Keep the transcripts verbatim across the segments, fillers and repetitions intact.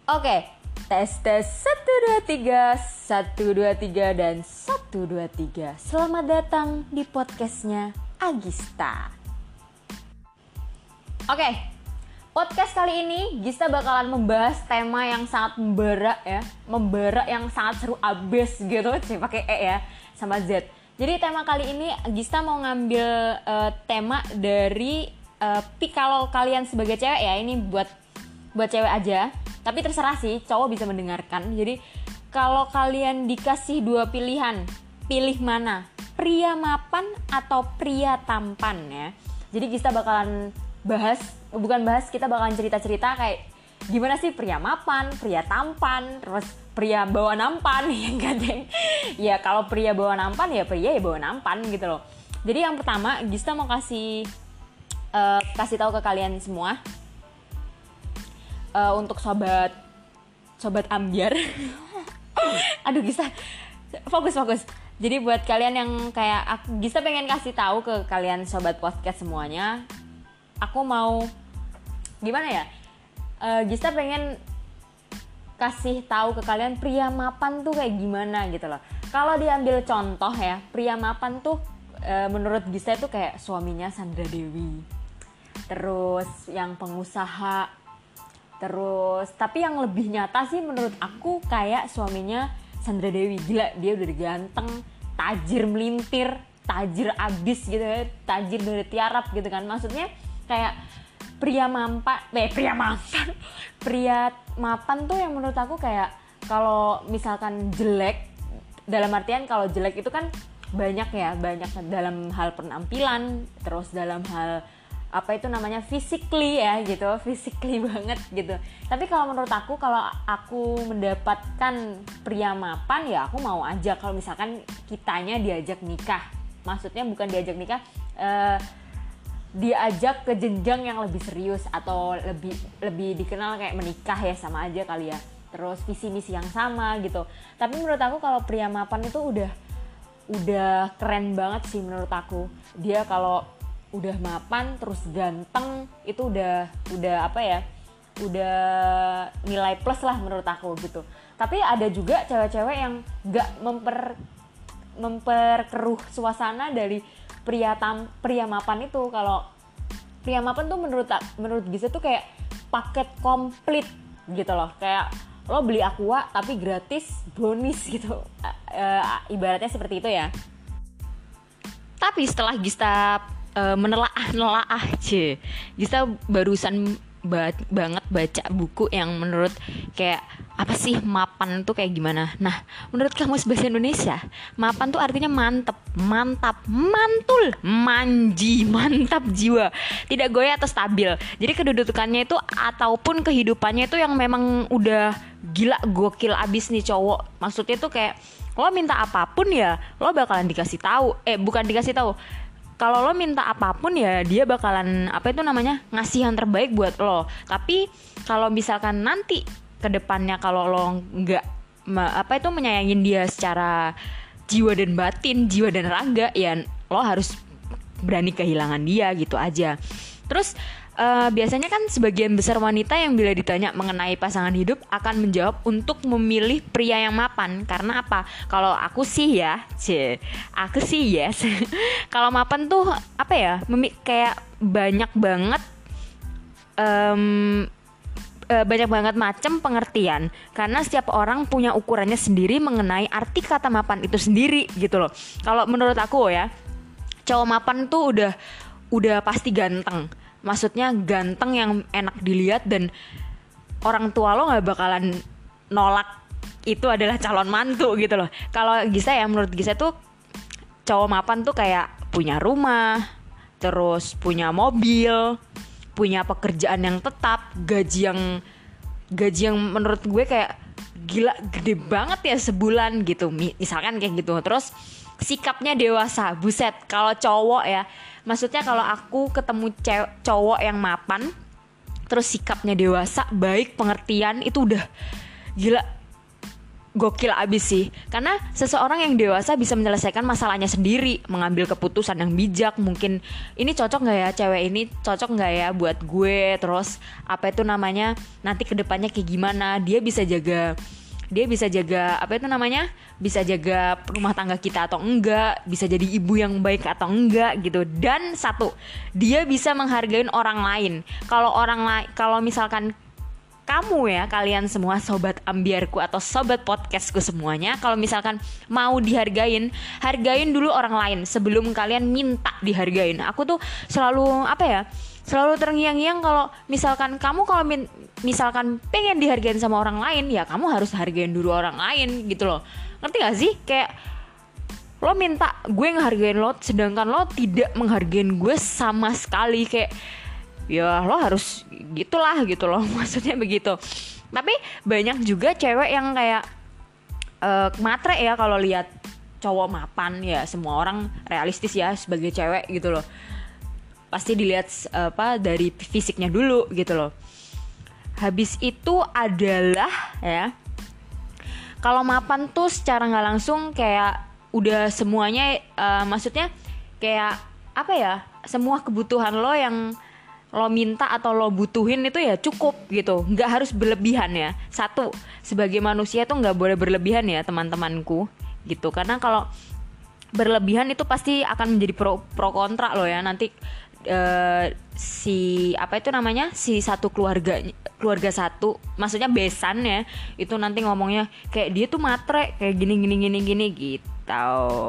Oke, tes tes satu dua tiga satu dua tiga dan satu dua tiga. Selamat datang di podcastnya Agista. Oke, podcast kali ini Gista bakalan membahas tema yang sangat membara ya, membara yang sangat seru abis gitu, sih pakai E ya, sama Z. Jadi tema kali ini Gista mau ngambil uh, tema dari uh, pi kalau kalian sebagai cewek ya, ini buat buat cewek aja. Tapi terserah sih, cowok bisa mendengarkan. Jadi kalau kalian dikasih dua pilihan, pilih mana? Pria mapan atau pria tampan ya. Jadi Gista bakalan bahas, bukan bahas, kita bakalan cerita-cerita kayak gimana sih pria mapan, pria tampan, terus pria bawa nampan ya enggak deng. Ya kalau pria bawa nampan ya pria ya bawa nampan gitu loh. Jadi yang pertama Gista mau kasih uh, kasih tahu ke kalian semua. Uh, untuk sobat sobat ambiar. Aduh Gista fokus fokus. Jadi buat kalian yang kayak aku, Gista pengen kasih tahu ke kalian sobat podcast semuanya. Aku mau gimana ya? Uh, Gista pengen kasih tahu ke kalian pria mapan tuh kayak gimana gitu loh. Kalau diambil contoh ya, pria mapan tuh uh, menurut Gista itu kayak suaminya Sandra Dewi. Terus yang pengusaha. Terus, tapi yang lebih nyata sih menurut aku kayak suaminya Sandra Dewi. Gila, dia udah ganteng, tajir melintir, tajir abis gitu ya, tajir dari tiarap gitu kan. Maksudnya kayak pria mampan, eh pria mampan, pria mapan tuh yang menurut aku kayak kalau misalkan jelek, dalam artian kalau jelek itu kan banyak ya, banyak dalam hal penampilan, terus dalam hal apa itu namanya physically ya gitu, physically banget gitu. Tapi kalau menurut aku, kalau aku mendapatkan pria mapan ya aku mau aja kalau misalkan kitanya diajak nikah. Maksudnya bukan diajak nikah, uh, diajak ke jenjang yang lebih serius atau lebih lebih dikenal kayak menikah ya, sama aja kali ya. Terus visi misi yang sama gitu. Tapi menurut aku kalau pria mapan itu udah udah keren banget sih menurut aku. Dia kalau udah mapan terus ganteng itu udah udah apa ya, udah nilai plus lah menurut aku gitu. Tapi ada juga cewek-cewek yang nggak memper memperkeruh suasana dari pria tam pria mapan itu. Kalau pria mapan tuh menurut menurut Gisa tuh kayak paket komplit gitu loh, kayak lo beli aqua tapi gratis brownies gitu, e, ibaratnya seperti itu ya. Tapi setelah Gista Uh, menelaah-nelaah aja, Gista barusan ba- banget baca buku yang menurut kayak apa sih mapan tuh kayak gimana. Nah, menurut Kamus Bahasa Indonesia, mapan tuh artinya mantep, mantap, mantul, manji, mantap jiwa, tidak goyah atau stabil. Jadi kedudukannya itu ataupun kehidupannya itu yang memang udah gila gokil abis nih cowok. Maksudnya tuh kayak lo minta apapun ya lo bakalan dikasih tahu. Eh bukan dikasih tahu. Kalau lo minta apapun ya dia bakalan apa itu namanya ngasih yang terbaik buat lo. Tapi kalau misalkan nanti ke depannya kalau lo nggak apa itu menyayangin dia secara jiwa dan batin, jiwa dan raga, ya lo harus berani kehilangan dia gitu aja. Terus uh, biasanya kan sebagian besar wanita yang bila ditanya mengenai pasangan hidup akan menjawab untuk memilih pria yang mapan. Karena apa? Kalau aku sih ya, cie, aku sih yes. Kalau mapan tuh apa ya? Memi- kayak banyak banget, um, uh, banyak banget macam pengertian. Karena setiap orang punya ukurannya sendiri mengenai arti kata mapan itu sendiri gitu loh. Kalau menurut aku ya, cowok mapan tuh udah udah pasti ganteng. Maksudnya ganteng yang enak dilihat dan orang tua lo gak bakalan nolak itu adalah calon mantu gitu loh. Kalau Gisa ya, menurut Gisa tuh cowok mapan tuh kayak punya rumah, terus punya mobil, punya pekerjaan yang tetap, gaji yang gaji yang menurut gue kayak gila gede banget ya sebulan gitu. Misalkan kayak gitu. Terus sikapnya dewasa. Buset, kalau cowok ya, maksudnya kalau aku ketemu cewek, cowok yang mapan terus sikapnya dewasa, baik, pengertian, itu udah gila gokil abis sih. Karena seseorang yang dewasa bisa menyelesaikan masalahnya sendiri, mengambil keputusan yang bijak. Mungkin ini cocok gak ya, cewek ini cocok gak ya buat gue. Terus apa itu namanya, nanti kedepannya kayak gimana. Dia bisa jaga Dia bisa jaga apa itu namanya, bisa jaga rumah tangga kita atau enggak, bisa jadi ibu yang baik atau enggak gitu. Dan satu, dia bisa menghargai orang lain. Kalau orang lain, kalau misalkan kamu ya, kalian semua sobat ambiarku atau sobat podcastku semuanya, kalau misalkan mau dihargain, hargain dulu orang lain sebelum kalian minta dihargain. Aku tuh selalu apa ya, selalu terngiang-ngiang kalau misalkan kamu kalau min- misalkan pengen dihargain sama orang lain, ya kamu harus hargain dulu orang lain gitu loh. Ngerti gak sih? Kayak lo minta gue ngehargain lo, sedangkan lo tidak menghargain gue sama sekali. Kayak ya lo harus gitulah gitu loh, maksudnya begitu. Tapi banyak juga cewek yang kayak uh, matre ya kalau lihat cowok mapan. Ya semua orang realistis ya sebagai cewek gitu loh, pasti dilihat apa dari fisiknya dulu gitu loh. Habis itu adalah ya, kalau mapan tuh secara nggak langsung kayak udah semuanya, uh, maksudnya kayak apa ya, semua kebutuhan lo yang lo minta atau lo butuhin itu ya cukup gitu, nggak harus berlebihan ya. Satu, sebagai manusia tuh nggak boleh berlebihan ya teman-temanku gitu, karena kalau berlebihan itu pasti akan menjadi pro pro kontra lo ya nanti. Uh, si apa itu namanya, si satu keluarga keluarga satu, maksudnya besan ya, itu nanti ngomongnya kayak dia tuh matre kayak gini gini gini gini gitu.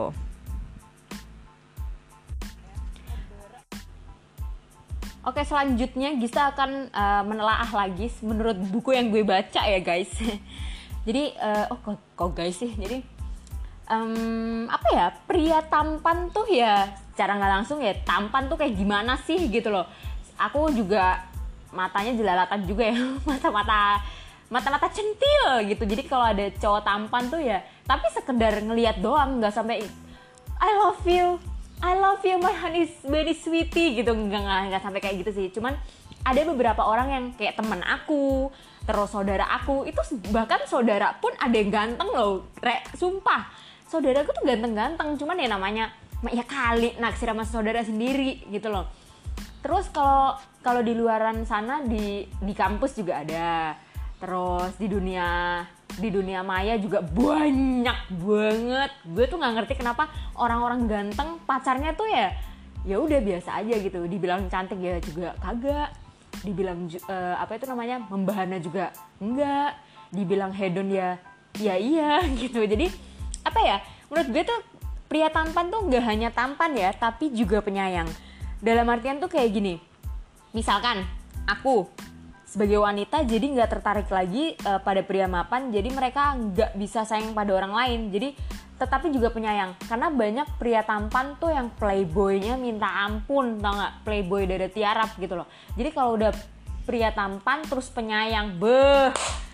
Oke, selanjutnya Gista akan uh, menelaah lagi menurut buku yang gue baca ya guys. Jadi uh, oh kok, kok guys sih, jadi um, apa ya, pria tampan tuh ya secara nggak langsung ya, tampan tuh kayak gimana sih gitu loh. Aku juga matanya jelalatan juga ya, mata-mata mata-mata centil gitu. Jadi kalau ada cowok tampan tuh ya, tapi sekedar ngelihat doang, nggak sampai I love you, I love you my honey baby sweetie gitu, nggak nggak nggak sampai kayak gitu sih. Cuman ada beberapa orang yang kayak temen aku, terus saudara aku, itu bahkan saudara pun ada yang ganteng loh, re, sumpah. Saudaraku tuh ganteng-ganteng, cuman ya namanya ya kali naksir sama saudara sendiri gitu loh. Terus kalau kalau di luaran sana di di kampus juga ada. Terus di dunia di dunia maya juga banyak banget. Gue tuh nggak ngerti kenapa orang-orang ganteng pacarnya tuh ya ya udah biasa aja gitu. Dibilang cantik ya juga kagak. Dibilang uh, apa itu namanya, membahana juga enggak. Dibilang hedon ya ya iya gitu. Jadi apa ya, menurut gue tuh pria tampan tuh gak hanya tampan ya, tapi juga penyayang. Dalam artian tuh kayak gini, misalkan aku sebagai wanita jadi gak tertarik lagi uh, pada pria mapan, jadi mereka gak bisa sayang pada orang lain, jadi tetapi juga penyayang. Karena banyak pria tampan tuh yang playboynya minta ampun, tau gak? Playboy dada tiarap gitu loh. Jadi kalau udah pria tampan terus penyayang, beuh,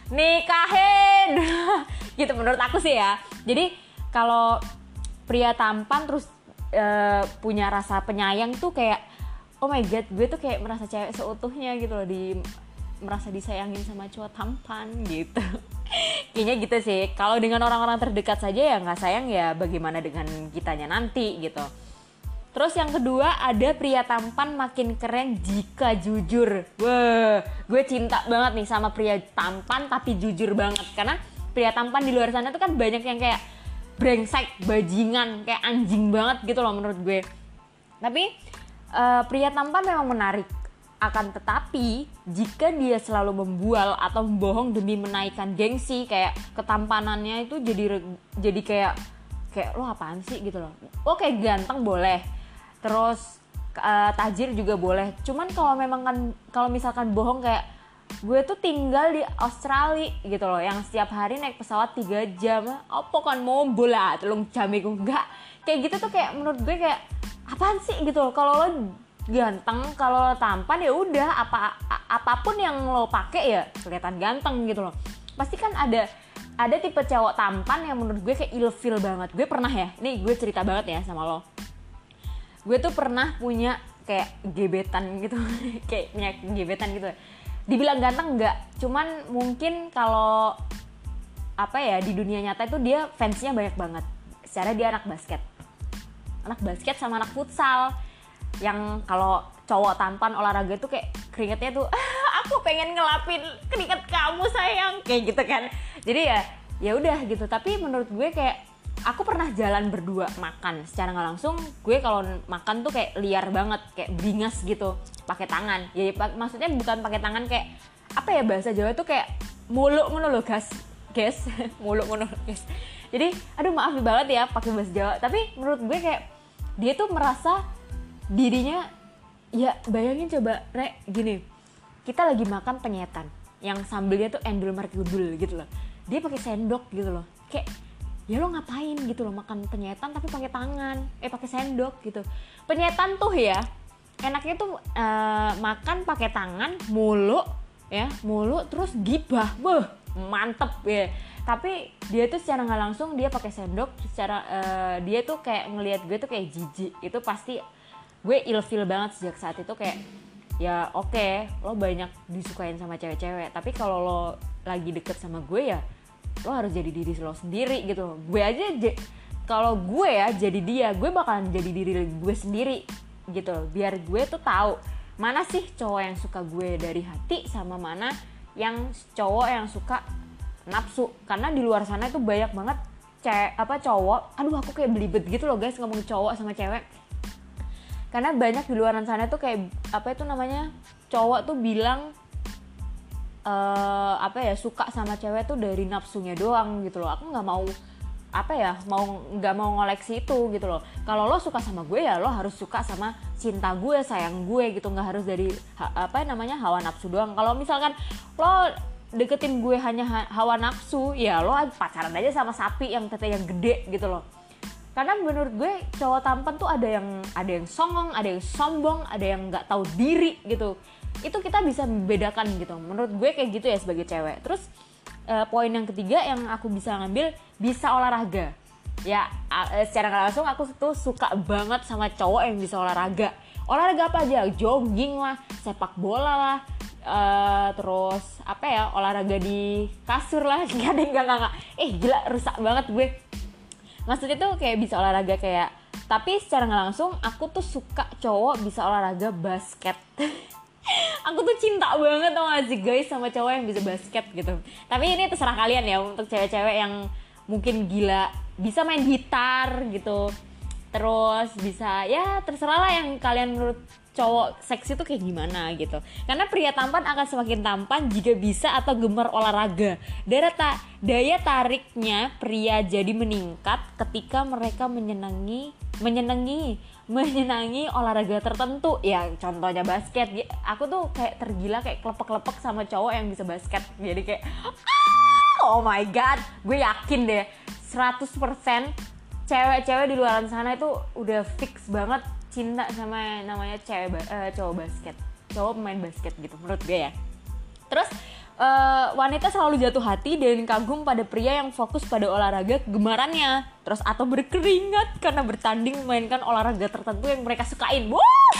nikahin gitu menurut aku sih ya. Jadi kalau pria tampan terus uh, punya rasa penyayang tuh kayak oh my god, gue tuh kayak merasa cewek seutuhnya gitu loh, di merasa disayangin sama cowok tampan gitu. Kayaknya gitu sih. Kalau dengan orang-orang terdekat saja ya nggak sayang, ya bagaimana dengan kitanya nanti gitu. Terus yang kedua ada pria tampan makin keren jika jujur. Wah, gue cinta banget nih sama pria tampan tapi jujur banget. Karena pria tampan di luar sana tuh kan banyak yang kayak brengsek, bajingan, kayak anjing banget gitu loh menurut gue. Tapi uh, pria tampan memang menarik. Akan tetapi jika dia selalu membual atau membohong demi menaikkan gengsi, kayak ketampanannya itu jadi jadi kayak kayak lo apaan sih gitu loh. Oke, ganteng boleh, terus uh, tajir juga boleh. Cuman kalau memang kan kalau misalkan bohong kayak gue tuh tinggal di Australia gitu loh, yang setiap hari naik pesawat tiga jam, apa kan mau bola telung jam itu enggak kayak gitu tuh, kayak menurut gue kayak apaan sih gitu loh. Kalau lo ganteng, kalau lo tampan ya udah, apa a- apapun yang lo pakai ya kelihatan ganteng gitu loh. Pasti kan ada ada tipe cowok tampan yang menurut gue kayak ilfil banget. Gue pernah ya, nih gue cerita banget ya sama lo. Gue tuh pernah punya kayak gebetan gitu kayak punya gebetan gitu. Dibilang ganteng enggak, cuman mungkin kalau apa ya, di dunia nyata itu dia fansnya banyak banget. Secara dia anak basket. Anak basket sama anak futsal. Yang kalau cowok tampan olahraga itu kayak keringetnya tuh, ah, aku pengen ngelapin keringet kamu sayang, kayak gitu kan. Jadi ya ya udah gitu. Tapi menurut gue kayak aku pernah jalan berdua makan secara nggak langsung. Gue kalau makan tuh kayak liar banget, kayak beringas gitu, pakai tangan. Ya maksudnya bukan pakai tangan kayak apa ya, bahasa Jawa tuh kayak muluk ngono loh guys, guys, muluk ngono guys. Jadi aduh maaf banget ya pakai bahasa Jawa. Tapi menurut gue kayak dia tuh merasa dirinya, ya bayangin coba Rek, gini, kita lagi makan penyetan yang sambelnya tuh endul merkudul gitu loh, dia pakai sendok gitu loh, kayak ya lo ngapain gitu loh makan penyetan tapi pakai tangan, eh pakai sendok gitu. Penyetan tuh ya enaknya tuh uh, makan pakai tangan mulu ya, mulu terus gibah, beuh mantep ya. Tapi dia tuh secara nggak langsung dia pakai sendok, secara uh, dia tuh kayak ngelihat gue tuh kayak jijik. Itu pasti gue ilfeel banget sejak saat itu, kayak ya oke okay, lo banyak disukain sama cewek-cewek, tapi kalau lo lagi deket sama gue ya lo harus jadi diri lo sendiri gitu. Gue aja j- kalau gue ya jadi dia, gue bakalan jadi diri gue sendiri gitu, biar gue tuh tahu mana sih cowok yang suka gue dari hati sama mana yang cowok yang suka nafsu. Karena di luar sana itu banyak banget ce- apa cowok, aduh aku kayak belibet gitu loh guys ngomong cowok sama cewek. Karena banyak di luar sana tuh kayak apa itu namanya, cowok tuh bilang uh, apa ya, suka sama cewek tuh dari nafsunya doang gitu loh. Aku nggak mau apa ya, mau nggak mau ngoleksi itu gitu loh. Kalau lo suka sama gue ya lo harus suka sama cinta gue, sayang gue gitu, nggak harus dari ha, apa namanya hawa nafsu doang. Kalau misalkan lo deketin gue hanya ha, hawa nafsu, ya lo pacaran aja sama sapi yang tete yang gede gitu loh. Karena menurut gue cowok tampan tuh ada yang ada yang songong, ada yang sombong, ada yang nggak tahu diri gitu. Itu kita bisa membedakan gitu. Menurut gue kayak gitu ya sebagai cewek. Terus uh, poin yang ketiga yang aku bisa ngambil, bisa olahraga. Ya uh, secara nggak langsung aku tuh suka banget sama cowok yang bisa olahraga. Olahraga apa aja, jogging lah, sepak bola lah, uh, terus apa ya, olahraga di kasur lah. Gak ada enggak enggak. Eh gila rusak banget gue. Maksudnya tuh kayak bisa olahraga kayak, tapi secara nggak langsung aku tuh suka cowok bisa olahraga basket. Aku tuh cinta banget tau gak sih guys sama cowok yang bisa basket gitu. Tapi ini terserah kalian ya, untuk cewek-cewek yang mungkin gila bisa main gitar gitu, terus bisa ya terserah lah yang kalian menurut cowok seksi tuh kayak gimana gitu. Karena pria tampan akan semakin tampan jika bisa atau gemar olahraga. Daya, ta- daya tariknya pria jadi meningkat ketika mereka menyenangi menyenangi menyenangi olahraga tertentu. Ya contohnya basket. Aku tuh kayak tergila, kayak klepek-klepek sama cowok yang bisa basket. Jadi kayak oh my god, gue yakin deh seratus persen cewek-cewek di luar sana itu udah fix banget cinta sama namanya cewek uh, cowok basket, cowok pemain basket gitu menurut gue ya. Terus uh, wanita selalu jatuh hati dan kagum pada pria yang fokus pada olahraga kegemarannya, terus atau berkeringat karena bertanding memainkan olahraga tertentu yang mereka sukain. Wuh,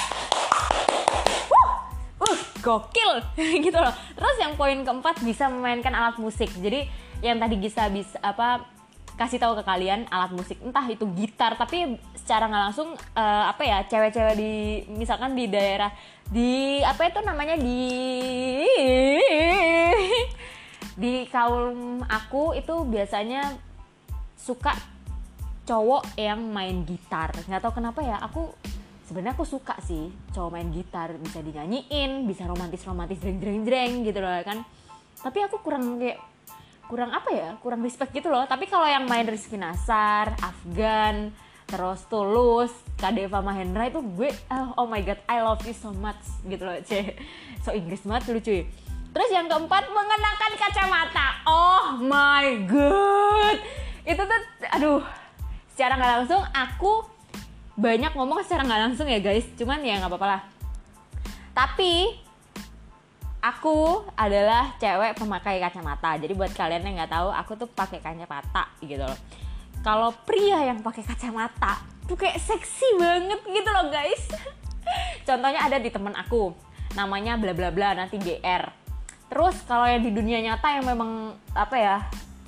wuh, uh, gokil gitu loh. Terus yang poin keempat, bisa memainkan alat musik. Jadi yang tadi bisa bisa apa kasih tahu ke kalian alat musik, entah itu gitar, tapi secara nggak langsung uh, apa ya, cewek-cewek di misalkan di daerah di apa itu namanya di di kaum aku itu biasanya suka cowok yang main gitar. Nggak tahu kenapa ya, aku sebenarnya aku suka sih cowok main gitar, bisa dinyanyiin, bisa romantis-romantis dreng-dreng-dreng gitu loh kan. Tapi aku kurang kayak kurang apa ya, kurang respect gitu loh. Tapi kalau yang main Rizky Nasar, Afgan, terus Tulus, Kadeva Mahendra itu gue oh, oh my god, I love you so much gitu loh, cie. So Inggris banget lucu. Terus yang keempat, mengenakan kacamata. Oh my god, itu tuh aduh, secara nggak langsung aku banyak ngomong secara nggak langsung ya guys, cuman ya nggak apa-apa lah. Tapi aku adalah cewek pemakai kacamata. Jadi buat kalian yang nggak tahu, aku tuh pakai kacamata gitu loh. Kalau pria yang pakai kacamata tuh kayak seksi banget gitu loh guys. Contohnya ada di temen aku, namanya bla bla bla nanti G R. Terus kalau yang di dunia nyata yang memang apa ya,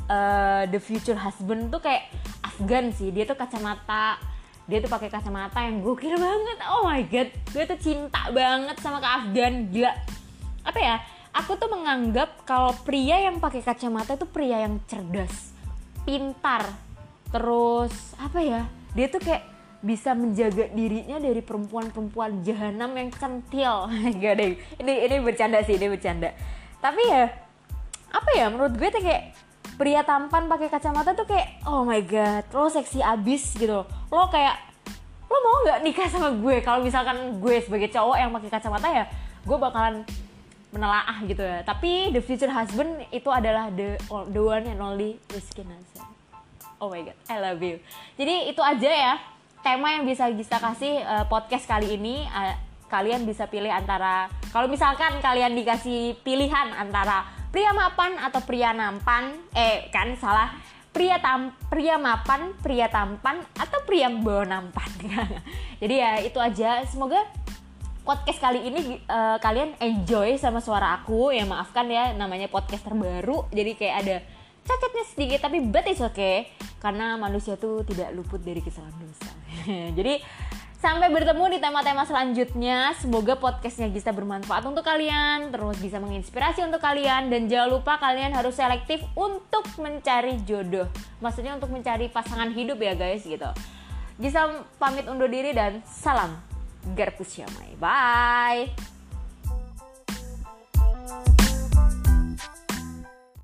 uh, the future husband tuh kayak Afgan sih. Dia tuh kacamata, dia tuh pakai kacamata yang gokil banget. Oh my god, gue tuh cinta banget sama Kak Afgan, gila. Apa ya? Aku tuh menganggap kalau pria yang pakai kacamata itu pria yang cerdas, pintar, terus apa ya? Dia tuh kayak bisa menjaga dirinya dari perempuan-perempuan jahanam yang centil. Gak deh, ini ini bercanda sih, ini bercanda. Tapi ya, apa ya? Menurut gue tuh kayak pria tampan pakai kacamata tuh kayak, oh my god, lo seksi abis gitu. Lo kayak, lo mau nggak nikah sama gue? Kalau misalkan gue sebagai cowok yang pakai kacamata ya, gue bakalan menelaah gitu ya. Tapi the future husband itu adalah the the one and only Rizky Nazar. Oh my god, I love you. Jadi itu aja ya tema yang bisa Gista kasih uh, podcast kali ini. Uh, kalian bisa pilih antara, kalau misalkan kalian dikasih pilihan antara pria mapan atau pria nampan, eh kan salah, pria tam pria mapan, pria tampan atau pria bawa nampan. Jadi ya itu aja. Semoga podcast kali ini uh, kalian enjoy sama suara aku. Ya maafkan ya, namanya podcast terbaru, jadi kayak ada cacatnya sedikit, tapi but it's okay, karena manusia tuh tidak luput dari kesalahan dosa. Jadi sampai bertemu di tema-tema selanjutnya. Semoga podcastnya Gista bermanfaat untuk kalian, terus bisa menginspirasi untuk kalian. Dan jangan lupa kalian harus selektif untuk mencari jodoh, maksudnya untuk mencari pasangan hidup ya guys gitu. Gista pamit undur diri dan salam Garpus Syamai. Bye.